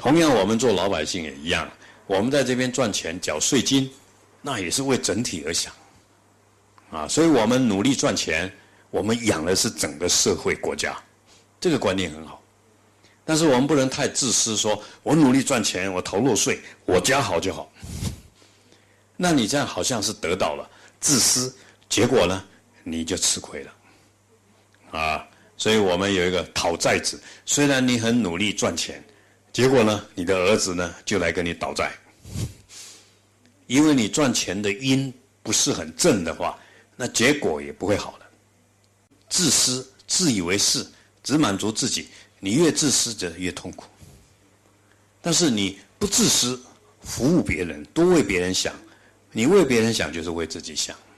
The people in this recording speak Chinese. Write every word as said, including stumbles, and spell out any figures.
同样，我们做老百姓也一样，我们在这边赚钱缴税金，那也是为整体而想啊。所以我们努力赚钱，我们养的是整个社会国家，这个观念很好。但是我们不能太自私，说我努力赚钱，我投入税，我家好就好。那你这样好像是得到了自私，结果呢，你就吃亏了啊。所以我们有一个讨债子，虽然你很努力赚钱，结果呢，你的儿子呢就来跟你倒债，因为你赚钱的因不是很正的话，那结果也不会好的。自私、自以为是，只满足自己，你越自私则越痛苦。但是你不自私，服务别人，多为别人想，你为别人想就是为自己想。